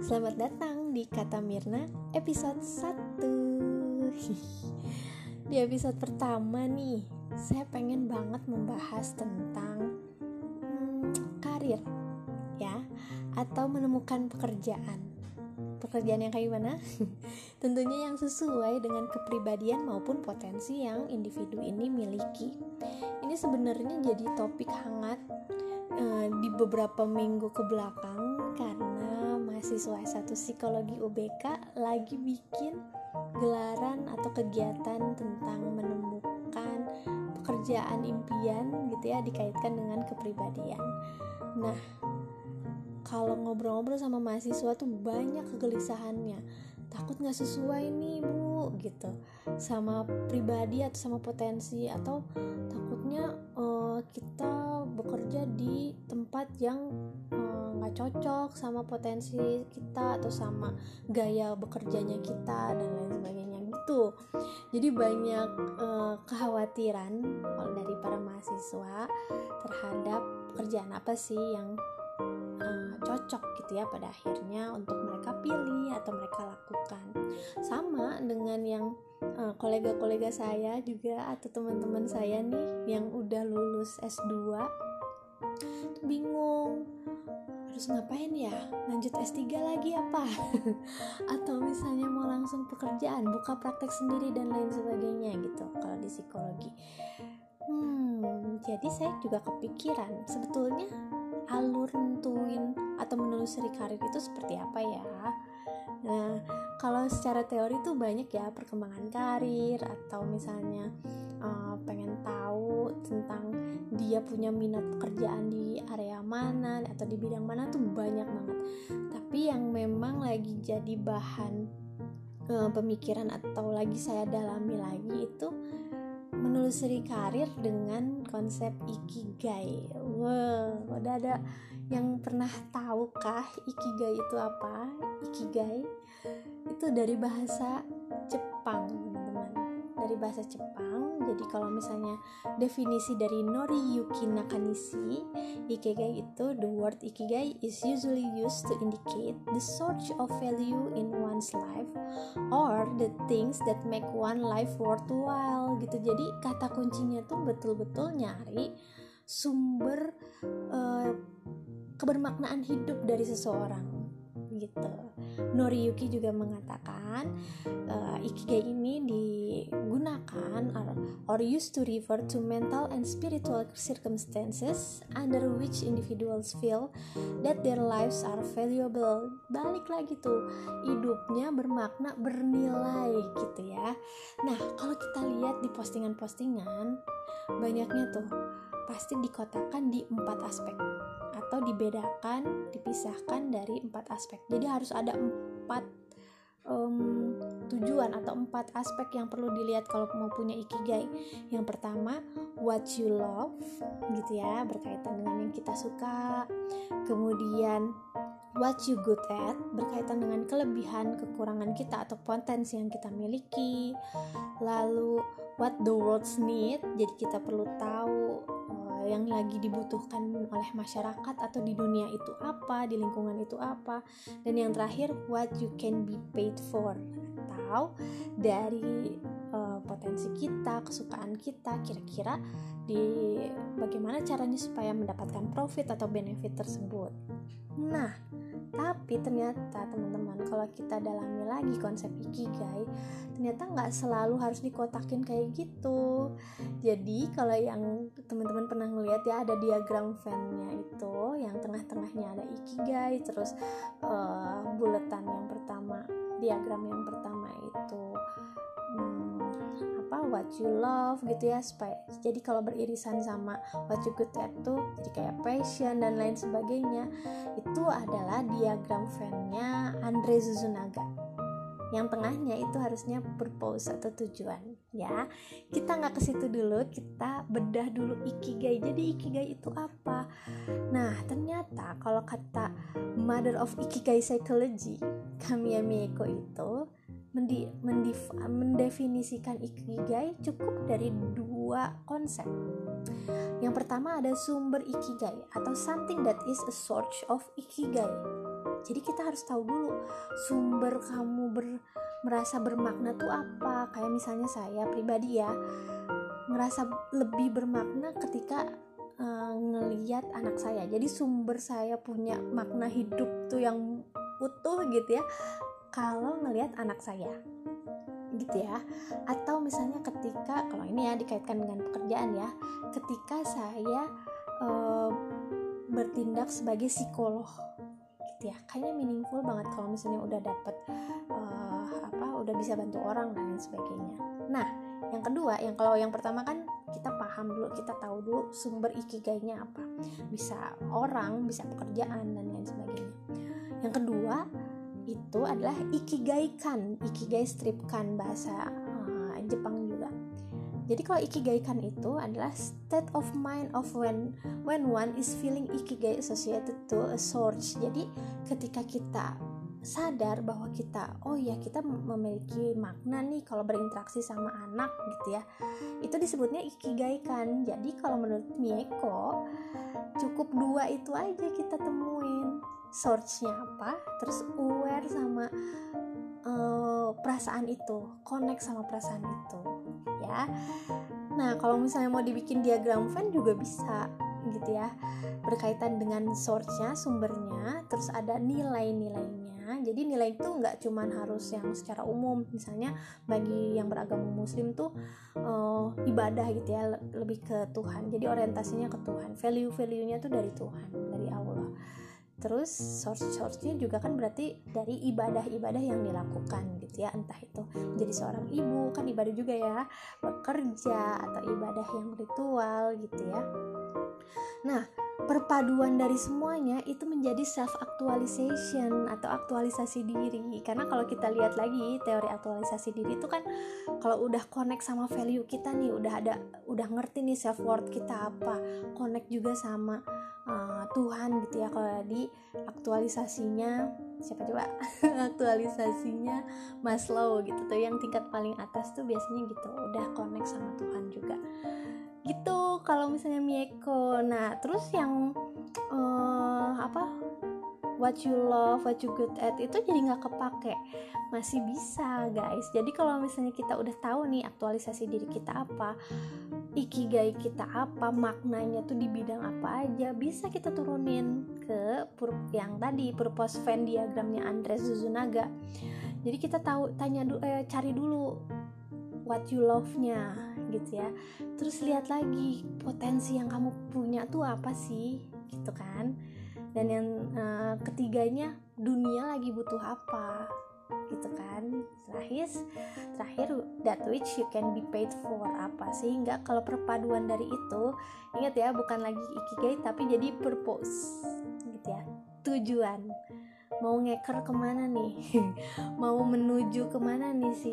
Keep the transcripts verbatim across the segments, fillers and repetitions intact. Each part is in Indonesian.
Selamat datang di Kata Mirna episode satu. Di episode pertama nih, saya pengen banget membahas tentang hmm, karir ya, atau menemukan pekerjaan. Pekerjaan yang kayak gimana? Tentunya yang sesuai dengan kepribadian maupun potensi yang individu ini miliki. Ini sebenarnya jadi topik hangat uh, di beberapa minggu ke belakang karena mahasiswa S satu Psikologi U B K lagi bikin gelaran atau kegiatan tentang menemukan pekerjaan impian gitu ya, dikaitkan dengan kepribadian. Nah, kalau ngobrol-ngobrol sama mahasiswa tuh banyak kegelisahannya, takut gak sesuai nih bu gitu sama pribadi atau sama potensi, atau takutnya uh, kita bekerja di tempat yang uh, gak cocok sama potensi kita atau sama gaya bekerjanya kita dan lain sebagainya gitu. Jadi banyak uh, kekhawatiran dari para mahasiswa terhadap pekerjaan apa sih yang Uh, cocok gitu ya pada akhirnya untuk mereka pilih atau mereka lakukan. Sama dengan yang uh, kolega-kolega saya juga atau teman-teman saya nih yang udah lulus S dua tuh bingung harus ngapain ya, lanjut S tiga lagi apa atau misalnya mau langsung pekerjaan, buka praktek sendiri dan lain sebagainya gitu kalau di psikologi. Hmm, jadi saya juga kepikiran sebetulnya alur nentuin atau menelusuri karir itu seperti apa ya. Nah, kalau secara teori tuh banyak ya perkembangan karir, atau misalnya uh, pengen tahu tentang dia punya minat pekerjaan di area mana atau di bidang mana tuh banyak banget. Tapi yang memang lagi jadi bahan uh, pemikiran atau lagi saya dalami lagi itu menelusuri karir dengan konsep ikigai. Wow, udah ada yang pernah tahu kah ikigai itu apa? Ikigai itu dari bahasa Jepang, teman-teman. Dari bahasa Jepang. Jadi kalau misalnya definisi dari Noriyuki Nakanishi, ikigai itu, the word ikigai is usually used to indicate the search of value in one's life or the things that make one life worthwhile gitu. Jadi kata kuncinya tuh betul-betul nyari sumber uh, kebermaknaan hidup dari seseorang gitu. Noriyuki juga mengatakan uh, ikigai ini digunakan or, or used to refer to mental and spiritual circumstances under which individuals feel that their lives are valuable. Balik lagi tuh, hidupnya bermakna, bernilai gitu ya. Nah, kalau kita lihat di postingan-postingan, banyaknya tuh pasti dikotakan di empat aspek atau dibedakan, dipisahkan dari empat aspek. Jadi harus ada empat um, tujuan atau empat aspek yang perlu dilihat kalau mau punya ikigai. Yang pertama, what you love gitu ya, berkaitan dengan yang kita suka. Kemudian what you good at, berkaitan dengan kelebihan, kekurangan kita atau potensi yang kita miliki. Lalu what the world need, jadi kita perlu tahu yang lagi dibutuhkan oleh masyarakat atau di dunia itu apa, di lingkungan itu apa. Dan yang terakhir, what you can be paid for, atau dari uh, potensi kita, kesukaan kita, kira-kira di bagaimana caranya supaya mendapatkan profit atau benefit tersebut. Nah, tapi ternyata teman-teman, kalau kita dalami lagi konsep ikigai, ternyata nggak selalu harus dikotakin kayak gitu. Jadi kalau yang teman-teman pernah ngeliat ya, ada diagram Venn-nya itu, yang tengah-tengahnya ada ikigai, terus uh, buletan yang pertama, diagram yang pertama itu hmm, apa what you love gitu ya, supaya jadi kalau beririsan sama what you good at tuh jadi kayak passion dan lain sebagainya. Itu adalah diagram Venn-nya Andre Suzunaga. Yang tengahnya itu harusnya purpose atau tujuan ya. Kita nggak ke situ dulu, kita bedah dulu ikigai. Jadi ikigai itu apa? Nah, ternyata kalau kata Mother of Ikigai Psychology, Kamiya Mieko itu mendi- mendif- mendefinisikan ikigai cukup dari dua konsep. Yang pertama ada sumber ikigai atau something that is a source of ikigai. Jadi kita harus tahu dulu sumber kamu ber, merasa bermakna tuh apa. Kayak misalnya saya pribadi ya, ngerasa lebih bermakna ketika uh, ngelihat anak saya. Jadi sumber saya punya makna hidup tuh yang utuh gitu ya, kalau ngelihat anak saya gitu ya. Atau misalnya ketika, kalau ini ya dikaitkan dengan pekerjaan ya, ketika saya uh, bertindak sebagai psikolog gitu ya, kayaknya meaningful banget kalau misalnya udah dapet uh, apa udah bisa bantu orang dan lain sebagainya. Nah, yang kedua, yang kalau yang pertama kan kita paham dulu, kita tahu dulu sumber ikigainya apa, bisa orang, bisa pekerjaan dan lain sebagainya. Yang kedua itu adalah ikigaikan, ikigai stripkan bahasa uh, Jepang juga. Jadi kalau ikigaikan itu adalah state of mind of when when one is feeling ikigai associated to a source. Jadi ketika kita sadar bahwa kita, oh ya kita memiliki makna nih kalau berinteraksi sama anak gitu ya, itu disebutnya ikigaikan. Jadi kalau menurut Mieko cukup dua itu aja kita temuin, source-nya apa, terus aware sama uh, perasaan itu, connect sama perasaan itu ya. Nah, kalau misalnya mau dibikin diagram Venn juga bisa gitu ya, berkaitan dengan source-nya, sumbernya, terus ada nilai-nilainya. Jadi nilai itu nggak cuman harus yang secara umum, misalnya bagi yang beragama Muslim tuh uh, ibadah gitu ya, lebih ke Tuhan. Jadi orientasinya ke Tuhan, value-value-nya tuh dari Tuhan, dari Allah. Terus source-source-nya juga kan berarti dari ibadah-ibadah yang dilakukan gitu ya, entah itu jadi seorang ibu kan ibadah juga ya, bekerja, atau ibadah yang ritual gitu ya. Nah, perpaduan dari semuanya itu menjadi self actualization atau aktualisasi diri. Karena kalau kita lihat lagi teori aktualisasi diri itu kan kalau udah connect sama value kita nih, udah ada udah ngerti nih self worth kita apa, connect juga sama uh, Tuhan gitu ya. Kalau di aktualisasinya siapa coba? Aktualisasinya Maslow gitu tuh, yang tingkat paling atas tuh biasanya gitu, udah connect sama Tuhan juga. Gitu kalau misalnya Mieko. Nah, terus yang uh, apa what you love, what you good at itu jadi nggak kepake, masih bisa guys. Jadi kalau misalnya kita udah tahu nih aktualisasi diri kita apa, ikigai kita apa, maknanya tuh di bidang apa aja, bisa kita turunin ke pur- yang tadi purpose Venn diagramnya Andres Suzunaga. Jadi kita tahu, tanya dulu, eh, cari dulu what you love-nya gitu ya. Terus lihat lagi potensi yang kamu punya tuh apa sih gitu kan. Dan yang uh, ketiganya, dunia lagi butuh apa gitu kan. Terakhir, terakhir that which you can be paid for apa. Sehingga kalau perpaduan dari itu, ingat ya, bukan lagi ikigai tapi jadi purpose gitu ya, tujuan. Mau ngeker kemana nih? Mau menuju kemana nih si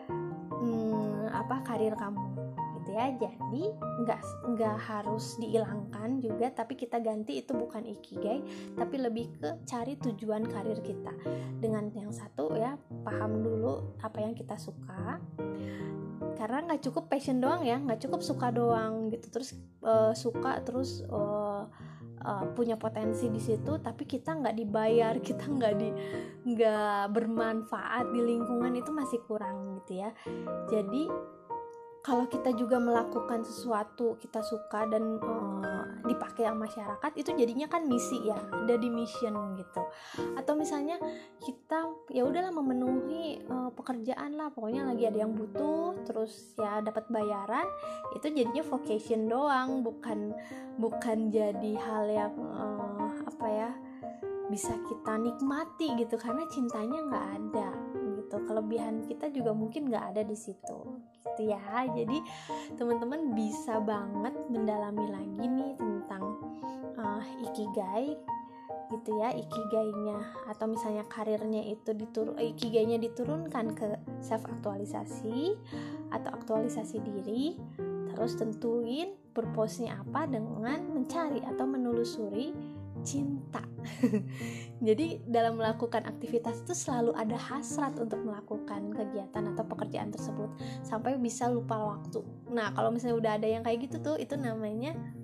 hmm, apa karir kamu gitu ya. Jadi nggak nggak harus dihilangkan juga, tapi kita ganti itu bukan ikigai, tapi lebih ke cari tujuan karir kita. Dengan yang satu ya, paham dulu apa yang kita suka, karena nggak cukup passion doang ya, nggak cukup suka doang gitu, terus uh, suka terus uh, Uh, punya potensi di situ tapi kita nggak dibayar, kita nggak di nggak bermanfaat di lingkungan, itu masih kurang gitu ya. Jadi kalau kita juga melakukan sesuatu kita suka dan uh, dipakai sama masyarakat, itu jadinya kan misi ya, ada di mission gitu. Atau misalnya kita ya udahlah memenuhi uh, pekerjaan lah, pokoknya lagi ada yang butuh terus ya dapat bayaran, itu jadinya vocation doang, bukan bukan jadi hal yang uh, apa ya bisa kita nikmati gitu, karena cintanya nggak ada gitu. Kelebihan kita juga mungkin nggak ada di situ gitu ya. Jadi teman-teman bisa banget mendalami lagi nih tentang uh, ikigai gitu ya, ikigainya atau misalnya karirnya itu diturun, ikigainya diturunkan ke self aktualisasi atau aktualisasi diri. Terus tentuin purpose-nya apa dengan mencari atau menelusuri cinta. Jadi dalam melakukan aktivitas itu selalu ada hasrat untuk melakukan kegiatan atau pekerjaan tersebut sampai bisa lupa waktu. Nah, kalau misalnya udah ada yang kayak gitu tuh, itu namanya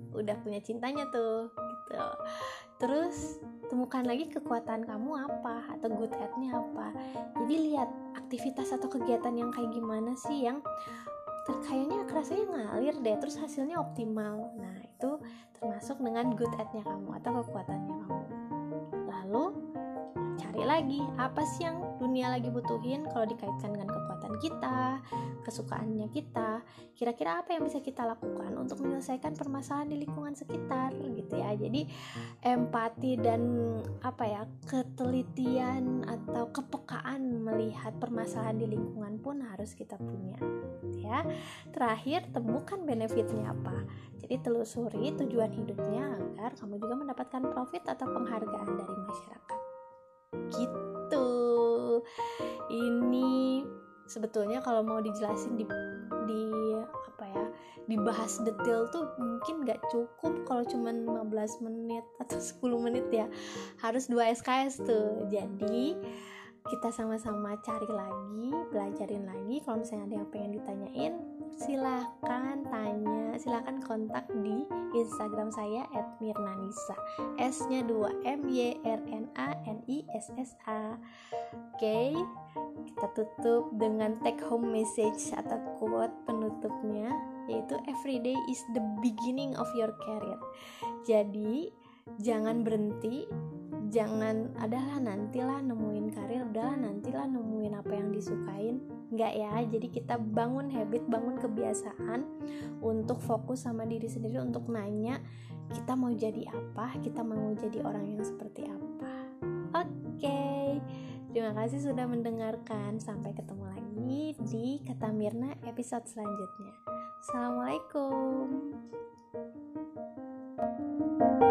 udah punya cintanya tuh gitu. Terus temukan lagi kekuatan kamu apa atau good at-nya apa. Jadi lihat aktivitas atau kegiatan yang kayak gimana sih yang ter- kayaknya rasanya ngalir deh, terus hasilnya optimal. Nah itu termasuk dengan good at-nya kamu atau kekuatannya kamu. Lalu cari lagi apa sih yang dunia lagi butuhin kalau dikaitkan dengan kekuatan kita, kesukaannya kita. Kira-kira apa yang bisa kita lakukan untuk menyelesaikan permasalahan di lingkungan sekitar gitu ya. Jadi empati dan apa ya, ketelitian atau kepekaan melihat permasalahan di lingkungan pun harus kita punya gitu ya. Terakhir, temukan benefitnya apa. Jadi telusuri tujuan hidupnya agar kamu juga mendapatkan profit atau penghargaan dari masyarakat. Gitu. Ini sebetulnya kalau mau dijelasin di di apa ya, dibahas detail tuh mungkin gak cukup kalau cuma lima belas menit atau sepuluh menit ya. Harus dua S K S tuh. Jadi kita sama-sama cari lagi, belajarin lagi. Kalau misalnya ada yang pengen ditanyain, silahkan tanya, silahkan kontak di Instagram saya et mirnanissa, S-nya dua, M Y R N A N I S S A. Oke, kita tutup dengan take home message atau quote penutupnya, yaitu every day is the beginning of your career. Jadi jangan berhenti, jangan adalah nantilah nemuin karir, udahlah nantilah nemuin apa yang disukain. Enggak ya, jadi kita bangun habit, bangun kebiasaan untuk fokus sama diri sendiri, untuk nanya kita mau jadi apa, kita mau jadi orang yang seperti apa. Oke, terima kasih sudah mendengarkan. Sampai ketemu lagi di Kata Mirna episode selanjutnya. Assalamualaikum.